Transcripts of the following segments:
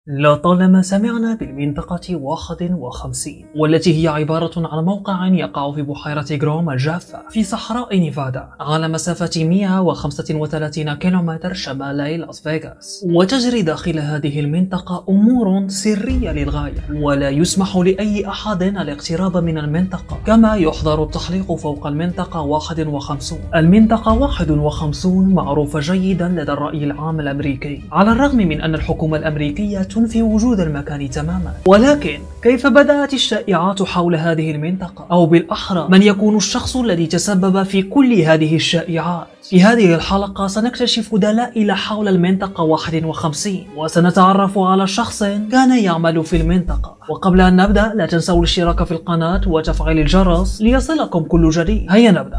لطالما سمعنا بالمنطقة 51 والتي هي عبارة عن موقع يقع في بحيرة جروم الجافة في صحراء نيفادا على مسافة 135 كيلومتر شمالي لاس فيغاس. وتجري داخل هذه المنطقة أمور سرية للغاية، ولا يسمح لأي أحد الاقتراب من المنطقة، كما يحظر التحليق فوق المنطقة 51. المنطقة 51 معروفة جيدا لدى الرأي العام الأمريكي، على الرغم من أن الحكومة الأمريكية تنفي وجود المكان تماما. ولكن كيف بدأت الشائعات حول هذه المنطقة؟ أو بالأحرى، من يكون الشخص الذي تسبب في كل هذه الشائعات؟ في هذه الحلقة سنكتشف دلائل حول المنطقة 51، وسنتعرف على شخص كان يعمل في المنطقة. وقبل أن نبدأ لا تنسوا الاشتراك في القناة وتفعيل الجرس ليصلكم كل جديد. هيا نبدأ.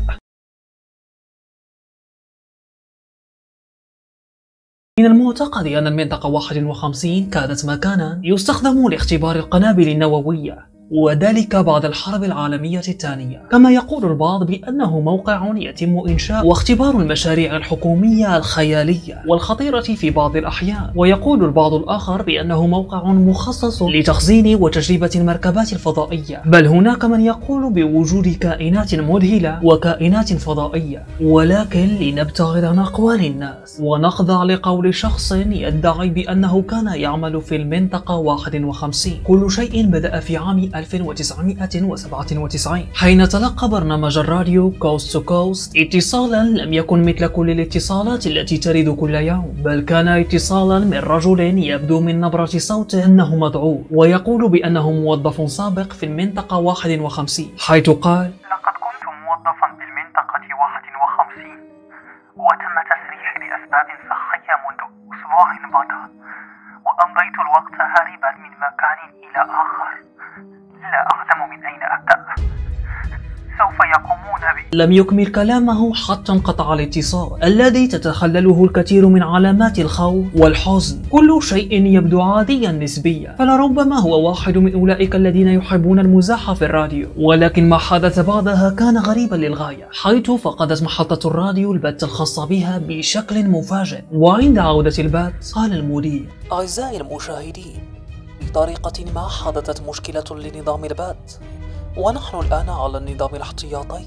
من المعتقد أن المنطقة 51 كانت مكانا يستخدم لاختبار القنابل النووية، وذلك بعد الحرب العالمية الثانية. كما يقول البعض بأنه موقع يتم إنشاء واختبار المشاريع الحكومية الخيالية والخطيرة في بعض الأحيان، ويقول البعض الآخر بأنه موقع مخصص لتخزين وتجربة المركبات الفضائية، بل هناك من يقول بوجود كائنات مذهلة وكائنات فضائية. ولكن لنبتعد عن أقوال الناس ونخضع لقول شخص يدعي بأنه كان يعمل في المنطقة 51. كل شيء بدأ في عام 1997 حين تلقى برنامج الراديو كوست تو كوست اتصالا لم يكن مثل كل الاتصالات التي ترد كل يوم، بل كان اتصالا من رجل يبدو من نبرة صوته أنه مدعو، ويقول بأنه موظف سابق في المنطقة 51، حيث قال: لقد كنت موظفا بالمنطقة 51 وتم تسريحي لأسباب صحية منذ أسبوع مضى، وأمضيت الوقت هاربا من مكان إلى آخر لا أعلم من أين أبدأ. سوف يقومون لم يكمل كلامه حتى انقطع الاتصال الذي تتخلله الكثير من علامات الخوف والحزن. كل شيء يبدو عاديا نسبيا، فلربما هو واحد من أولئك الذين يحبون المزاح في الراديو. ولكن ما حدث بعدها كان غريبا للغاية، حيث فقدت محطة الراديو البث الخاص بها بشكل مفاجئ. وعند عودة البث قال المدير: أعزائي المشاهدين، بطريقة ما حدثت مشكلة لنظام البث، ونحن الآن على النظام الاحتياطي.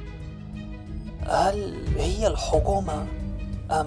هل هي الحكومة أم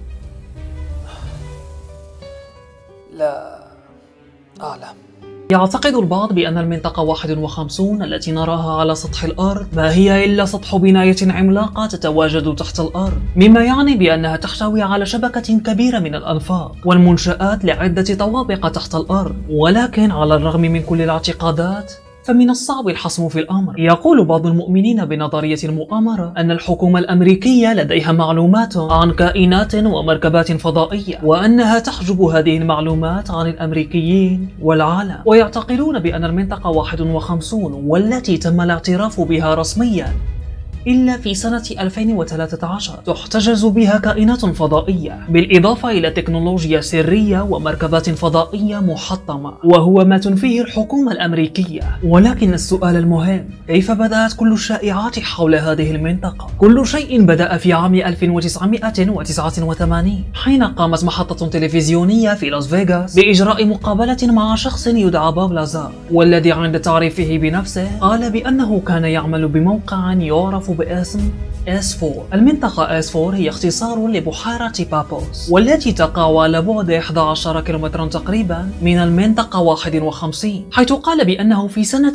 لا أعلم؟ يعتقد البعض بأن المنطقة 51 التي نراها على سطح الأرض ما هي إلا سطح بناية عملاقة تتواجد تحت الأرض، مما يعني بأنها تحتوي على شبكة كبيرة من الأنفاق والمنشآت لعدة طوابق تحت الأرض. ولكن على الرغم من كل الاعتقادات، فمن الصعب الحسم في الأمر. يقول بعض المؤمنين بنظرية المؤامرة أن الحكومة الأمريكية لديها معلومات عن كائنات ومركبات فضائية، وأنها تحجب هذه المعلومات عن الأمريكيين والعالم. ويعتقدون بأن المنطقة 51 والتي تم الاعتراف بها رسميا إلا في سنة 2013 تحتجز بها كائنات فضائية، بالإضافة إلى تكنولوجيا سرية ومركبات فضائية محطمة، وهو ما تنفيه الحكومة الأمريكية. ولكن السؤال المهم، كيف بدأت كل الشائعات حول هذه المنطقة؟ كل شيء بدأ في عام 1989 حين قامت محطة تلفزيونية في لاس فيغاس بإجراء مقابلة مع شخص يدعى بوب لازار، والذي عند تعريفه بنفسه قال بأنه كان يعمل بموقع يعرف باسم S4. المنطقة S4 هي اختصار لبحيرة بابوس، والتي تقع على بعد 11 كيلومترا تقريبا من المنطقة 51، حيث قال بأنه في سنة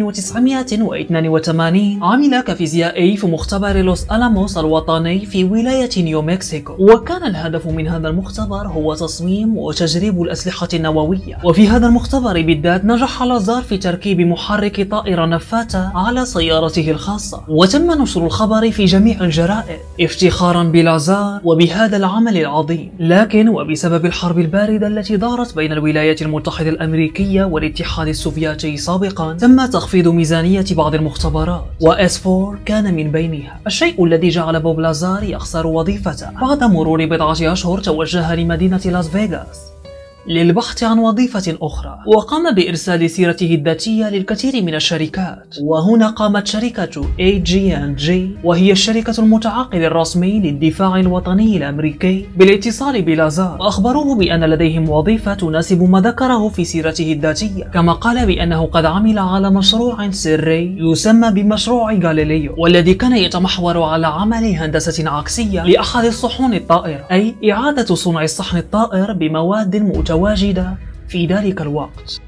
1982 عمل كفيزيائي في مختبر لوس ألاموس الوطني في ولاية نيو مكسيكو، وكان الهدف من هذا المختبر هو تصميم وتجريب الأسلحة النووية. وفي هذا المختبر بالذات نجح لازار في تركيب محرك طائرة نفاثة على سيارته الخاصة، وتم نشر الخبر في جميع الجرائد افتخارا بلازار وبهذا العمل العظيم. لكن وبسبب الحرب الباردة التي دارت بين الولايات المتحدة الأمريكية والاتحاد السوفيتي سابقا، تم تخفيض ميزانية بعض المختبرات، وS4 كان من بينها، الشيء الذي جعل بوب لازار يخسر وظيفته. بعد مرور بضعة أشهر توجه لمدينة لاس فيغاس للبحث عن وظيفة أخرى، وقام بإرسال سيرته الذاتية للكثير من الشركات. وهنا قامت شركة AT&T وهي الشركة المتعاقد الرسمي للدفاع الوطني الأمريكي بالاتصال بلازار، وأخبروه بأن لديهم وظيفة تناسب ما ذكره في سيرته الذاتية، كما قال بأنه قد عمل على مشروع سري يسمى بمشروع غاليليو، والذي كان يتمحور على عمل هندسة عكسية لأحد الصحون الطائرة، أي إعادة صنع الصحن الطائر بمواد متواجدة في ذلك الوقت.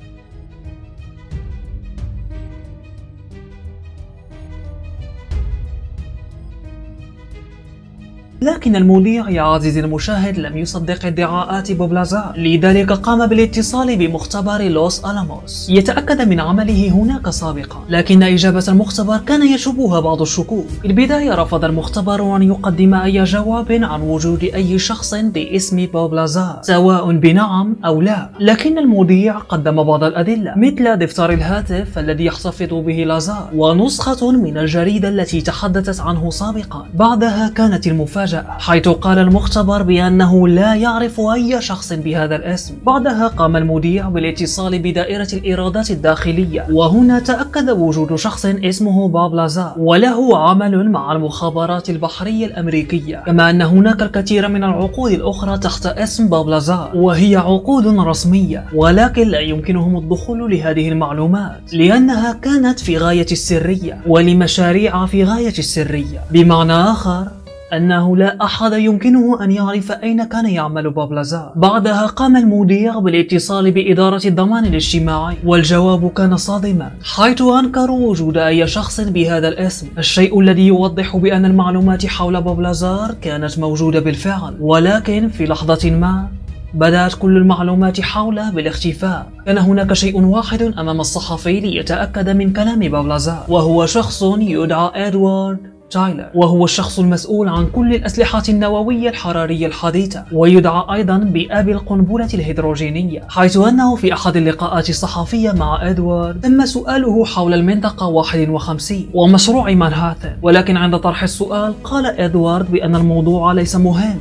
لكن المذيع يا عزيزي المشاهد لم يصدق ادعاءات بوب لازار، لذلك قام بالاتصال بمختبر لوس ألاموس يتأكد من عمله هناك سابقا، لكن إجابة المختبر كان يشوبها بعض الشكوك. في البداية رفض المختبر أن يقدم أي جواب عن وجود أي شخص باسم بوب لازار سواء بنعم أو لا، لكن المذيع قدم بعض الأدلة مثل دفتر الهاتف الذي يحتفظ به لازار ونسخة من الجريدة التي تحدثت عنه سابقا. بعدها كانت المفاجأة، حيث قال المختبر بأنه لا يعرف أي شخص بهذا الاسم. بعدها قام المذيع بالاتصال بدائرة الإيرادات الداخلية، وهنا تأكد وجود شخص اسمه بوب لازار وله عمل مع المخابرات البحرية الأمريكية، كما أن هناك الكثير من العقود الأخرى تحت اسم بوب لازار وهي عقود رسمية، ولكن لا يمكنهم الدخول لهذه المعلومات لأنها كانت في غاية السرية ولمشاريع في غاية السرية. بمعنى آخر أنه لا أحد يمكنه أن يعرف أين كان يعمل بوب لازار. بعدها قام المذيع بالاتصال بإدارة الضمان الاجتماعي، والجواب كان صادما، حيث أنكروا وجود أي شخص بهذا الاسم، الشيء الذي يوضح بأن المعلومات حول بوب لازار كانت موجودة بالفعل، ولكن في لحظة ما بدأت كل المعلومات حوله بالاختفاء. كان هناك شيء واحد أمام الصحفي ليتأكد من كلام بوب لازار، وهو شخص يدعى إدوارد تايلر، وهو الشخص المسؤول عن كل الأسلحة النووية الحرارية الحديثة، ويدعى أيضا بأبي القنبلة الهيدروجينية، حيث أنه في أحد اللقاءات الصحفية مع إدوارد تم سؤاله حول المنطقة 51 ومشروع مانهاتن، ولكن عند طرح السؤال قال إدوارد بأن الموضوع ليس مهم.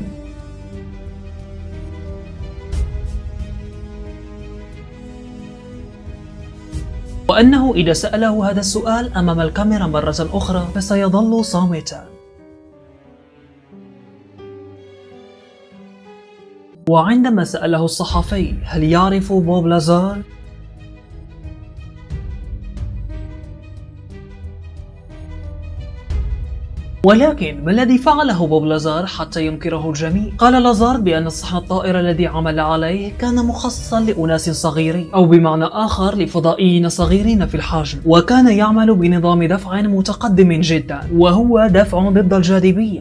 وأنه إذا سأله هذا السؤال أمام الكاميرا مرة أخرى فسيظل صامتا. وعندما سأله الصحفي هل يعرف بوب لازار؟ ولكن ما الذي فعله بوب لازار حتى ينكره الجميع؟ قال لازار بأن الصحن الطائر الذي عمل عليه كان مخصصا لأناس صغيرين، أو بمعنى آخر لفضائيين صغيرين في الحجم، وكان يعمل بنظام دفع متقدم جدا وهو دفع ضد الجاذبية.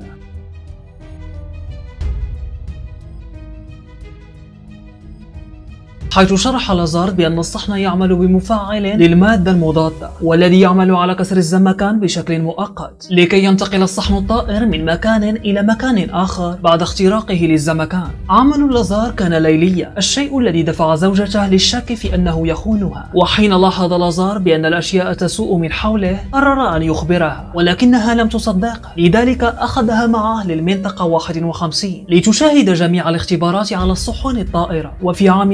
حيث شرح لازار بأن الصحن يعمل بمفاعل للمادة المضادة والذي يعمل على كسر الزمكان بشكل مؤقت لكي ينتقل الصحن الطائر من مكان إلى مكان آخر بعد اختراقه للزمكان. عمل لازار كان ليليا، الشيء الذي دفع زوجته للشك في أنه يخونها، وحين لاحظ لازار بأن الأشياء تسوء من حوله قرر أن يخبرها، ولكنها لم تصدقه، لذلك أخذها معه للمنطقة 51 لتشاهد جميع الاختبارات على الصحن الطائرة. وفي عام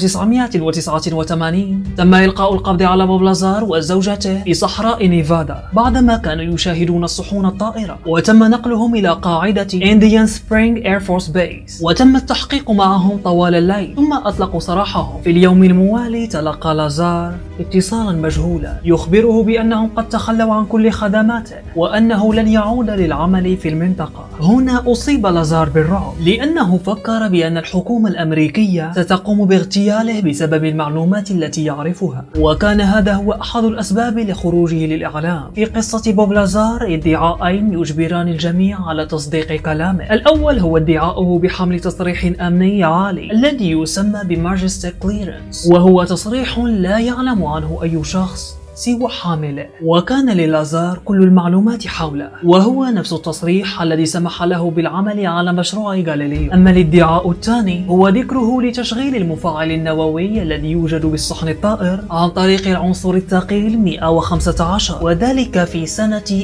1989 تم إلقاء القبض على بوب لازار وزوجته في صحراء نيفادا بعدما كانوا يشاهدون الصحون الطائرة، وتم نقلهم إلى قاعدة Indian Spring Air Force Base وتم التحقيق معهم طوال الليل، ثم أطلقوا سراحهم. في اليوم الموالي تلقى لازار اتصالا مجهولا يخبره بأنهم قد تخلوا عن كل خدماته وأنه لن يعود للعمل في المنطقة. هنا أصيب لازار بالرعب لأنه فكر بأن الحكومة الأمريكية ستقوم باغتياله بسبب المعلومات التي يعرفها، وكان هذا هو أحد الأسباب لخروجه للإعلام. في قصة بوب لازار ادعاءين يجبران الجميع على تصديق كلامه. الأول هو ادعاؤه بحمل تصريح أمني عالي الذي يسمى بماجستيك كليرنس، وهو تصريح لا يعلم عنه أي شخص سوى حامله، وكان للازار كل المعلومات حوله، وهو نفس التصريح الذي سمح له بالعمل على مشروع غاليليو. أما الادعاء الثاني هو ذكره لتشغيل المفاعل النووي الذي يوجد بالصحن الطائر عن طريق العنصر الثقيل 115، وذلك في سنة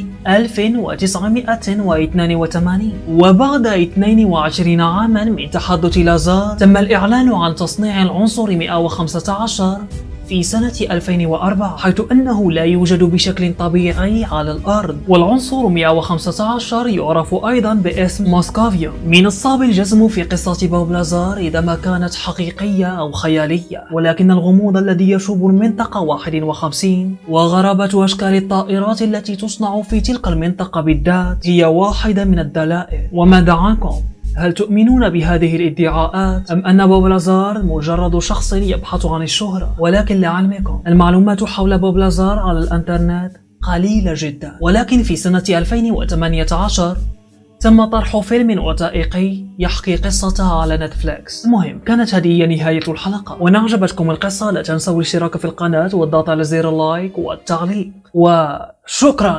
1982. وبعد 22 عاما من تحدث لازار تم الإعلان عن تصنيع العنصر 115 في سنة 2004، حيث أنه لا يوجد بشكل طبيعي على الأرض. والعنصر 115 يعرف أيضا باسم موسكوفيوم. من الصعب الجزم في قصة بوب لازار إذا ما كانت حقيقية أو خيالية، ولكن الغموض الذي يشوب المنطقة 51 وغرابة أشكال الطائرات التي تصنع في تلك المنطقة بالذات هي واحدة من الدلائل. وماذا عنكم؟ هل تؤمنون بهذه الادعاءات أم أن بوب لازار مجرد شخص يبحث عن الشهرة؟ ولكن لعلمكم المعلومات حول بوب لازار على الانترنت قليلة جدا. ولكن في سنة 2018 تم طرح فيلم وثائقي يحكي قصته على نتفليكس. المهم، كانت هذه هي نهاية الحلقة، وإن أعجبتكم القصة لا تنسوا الاشتراك في القناة والضغط على زر اللايك والتعليق، وشكرا.